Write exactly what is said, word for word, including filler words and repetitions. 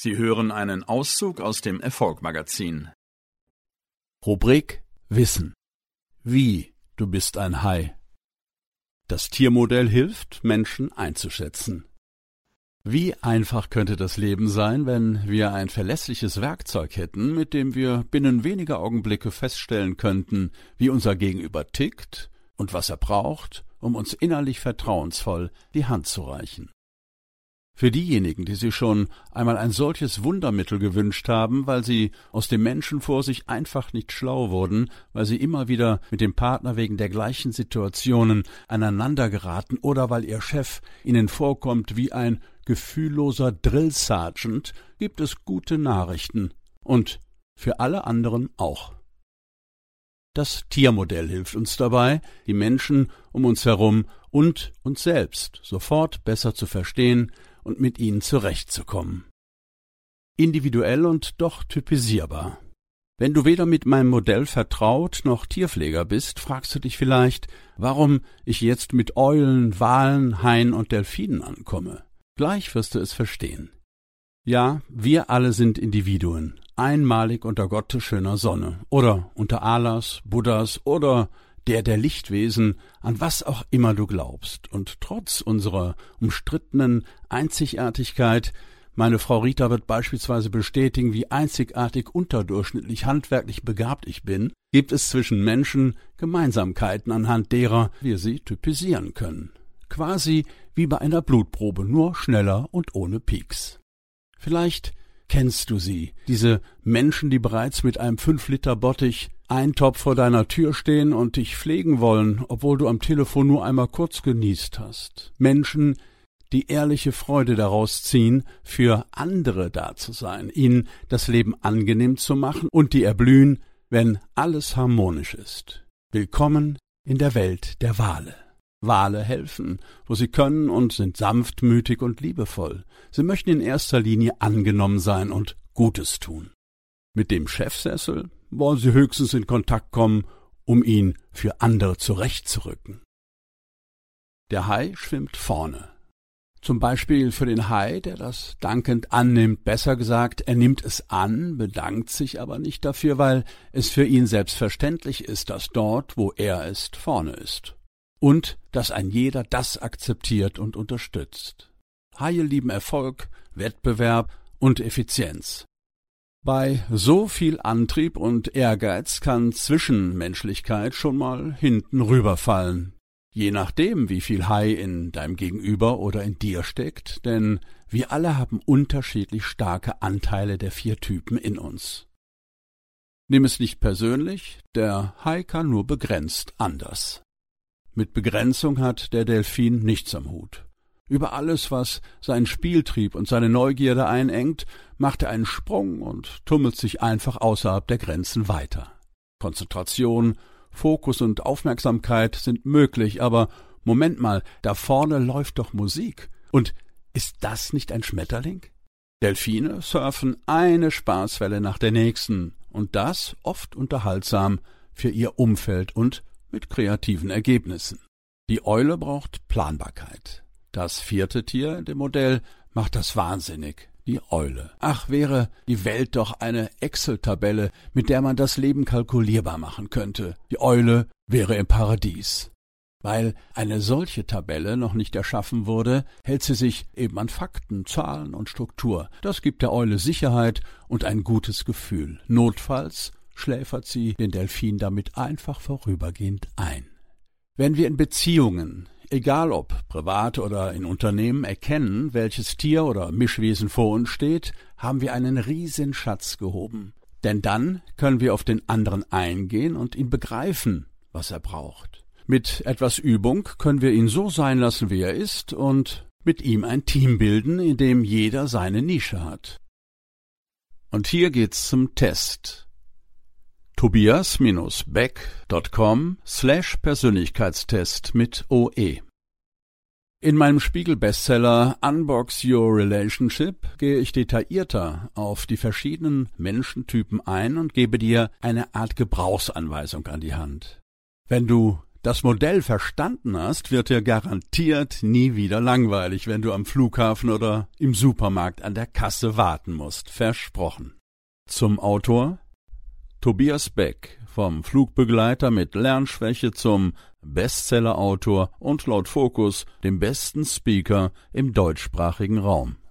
Sie hören einen Auszug aus dem Erfolg-Magazin. Rubrik Wissen. Wie, du bist ein Hai. Das Tiermodell hilft, Menschen einzuschätzen. Wie einfach könnte das Leben sein, wenn wir ein verlässliches Werkzeug hätten, mit dem wir binnen weniger Augenblicke feststellen könnten, wie unser Gegenüber tickt und was er braucht, um uns innerlich vertrauensvoll die Hand zu reichen. Für diejenigen, die sich schon einmal ein solches Wundermittel gewünscht haben, weil sie aus dem Menschen vor sich einfach nicht schlau wurden, weil sie immer wieder mit dem Partner wegen der gleichen Situationen aneinander geraten oder weil ihr Chef ihnen vorkommt wie ein gefühlloser Drill-Sergeant, gibt es gute Nachrichten. Und für alle anderen auch. Das Tiermodell hilft uns dabei, die Menschen um uns herum und uns selbst sofort besser zu verstehen und mit ihnen zurechtzukommen. Individuell und doch typisierbar. Wenn du weder mit meinem Modell vertraut noch Tierpfleger bist, fragst du dich vielleicht, warum ich jetzt mit Eulen, Walen, Haien und Delfinen ankomme. Gleich wirst du es verstehen. Ja, wir alle sind Individuen, einmalig unter Gottes schöner Sonne oder unter Allahs, Buddhas oder der der Lichtwesen, an was auch immer du glaubst. Und trotz unserer umstrittenen Einzigartigkeit, meine Frau Rita wird beispielsweise bestätigen, wie einzigartig unterdurchschnittlich handwerklich begabt ich bin, gibt es zwischen Menschen Gemeinsamkeiten, anhand derer wir sie typisieren können. Quasi wie bei einer Blutprobe, nur schneller und ohne Pieks. Vielleicht kennst du sie, diese Menschen, die bereits mit einem fünf Liter Bottich Eintopf vor deiner Tür stehen und dich pflegen wollen, obwohl du am Telefon nur einmal kurz genießt hast. Menschen, die ehrliche Freude daraus ziehen, für andere da zu sein, ihnen das Leben angenehm zu machen und die erblühen, wenn alles harmonisch ist. Willkommen in der Welt der Wale. Wale helfen, wo sie können und sind sanftmütig und liebevoll. Sie möchten in erster Linie angenommen sein und Gutes tun. Mit dem Chefsessel wollen sie höchstens in Kontakt kommen, um ihn für andere zurechtzurücken. Der Hai schwimmt vorne. Zum Beispiel für den Hai, der das dankend annimmt, besser gesagt, er nimmt es an, bedankt sich aber nicht dafür, weil es für ihn selbstverständlich ist, dass dort, wo er ist, vorne ist. Und dass ein jeder das akzeptiert und unterstützt. Haie lieben Erfolg, Wettbewerb und Effizienz. Bei so viel Antrieb und Ehrgeiz kann Zwischenmenschlichkeit schon mal hinten rüberfallen. Je nachdem, wie viel Hai in deinem Gegenüber oder in dir steckt, denn wir alle haben unterschiedlich starke Anteile der vier Typen in uns. Nimm es nicht persönlich, der Hai kann nur begrenzt anders. Mit Begrenzung hat der Delfin nichts am Hut. Über alles, was seinen Spieltrieb und seine Neugierde einengt, macht er einen Sprung und tummelt sich einfach außerhalb der Grenzen weiter. Konzentration, Fokus und Aufmerksamkeit sind möglich, aber Moment mal, da vorne läuft doch Musik. Und ist das nicht ein Schmetterling? Delfine surfen eine Spaßwelle nach der nächsten und das oft unterhaltsam für ihr Umfeld und mit kreativen Ergebnissen. Die Eule braucht Planbarkeit. Das vierte Tier in dem Modell macht das wahnsinnig, die Eule. Ach, wäre die Welt doch eine Excel-Tabelle, mit der man das Leben kalkulierbar machen könnte. Die Eule wäre im Paradies. Weil eine solche Tabelle noch nicht erschaffen wurde, hält sie sich eben an Fakten, Zahlen und Struktur. Das gibt der Eule Sicherheit und ein gutes Gefühl. Notfalls schläfert sie den Delfin damit einfach vorübergehend ein. Wenn wir in Beziehungen, egal ob privat oder in Unternehmen, erkennen, welches Tier oder Mischwesen vor uns steht, haben wir einen riesen Schatz gehoben. Denn dann können wir auf den anderen eingehen und ihn begreifen, was er braucht. Mit etwas Übung können wir ihn so sein lassen, wie er ist, und mit ihm ein Team bilden, in dem jeder seine Nische hat. Und hier geht's zum Test. tobias-beck.com slash Persönlichkeitstest mit O E. In meinem Spiegel-Bestseller Unbox Your Relationship gehe ich detaillierter auf die verschiedenen Menschentypen ein und gebe dir eine Art Gebrauchsanweisung an die Hand. Wenn du das Modell verstanden hast, wird dir garantiert nie wieder langweilig, wenn du am Flughafen oder im Supermarkt an der Kasse warten musst. Versprochen. Zum Autor Tobias Beck, vom Flugbegleiter mit Lernschwäche zum Bestsellerautor und laut Focus dem besten Speaker im deutschsprachigen Raum.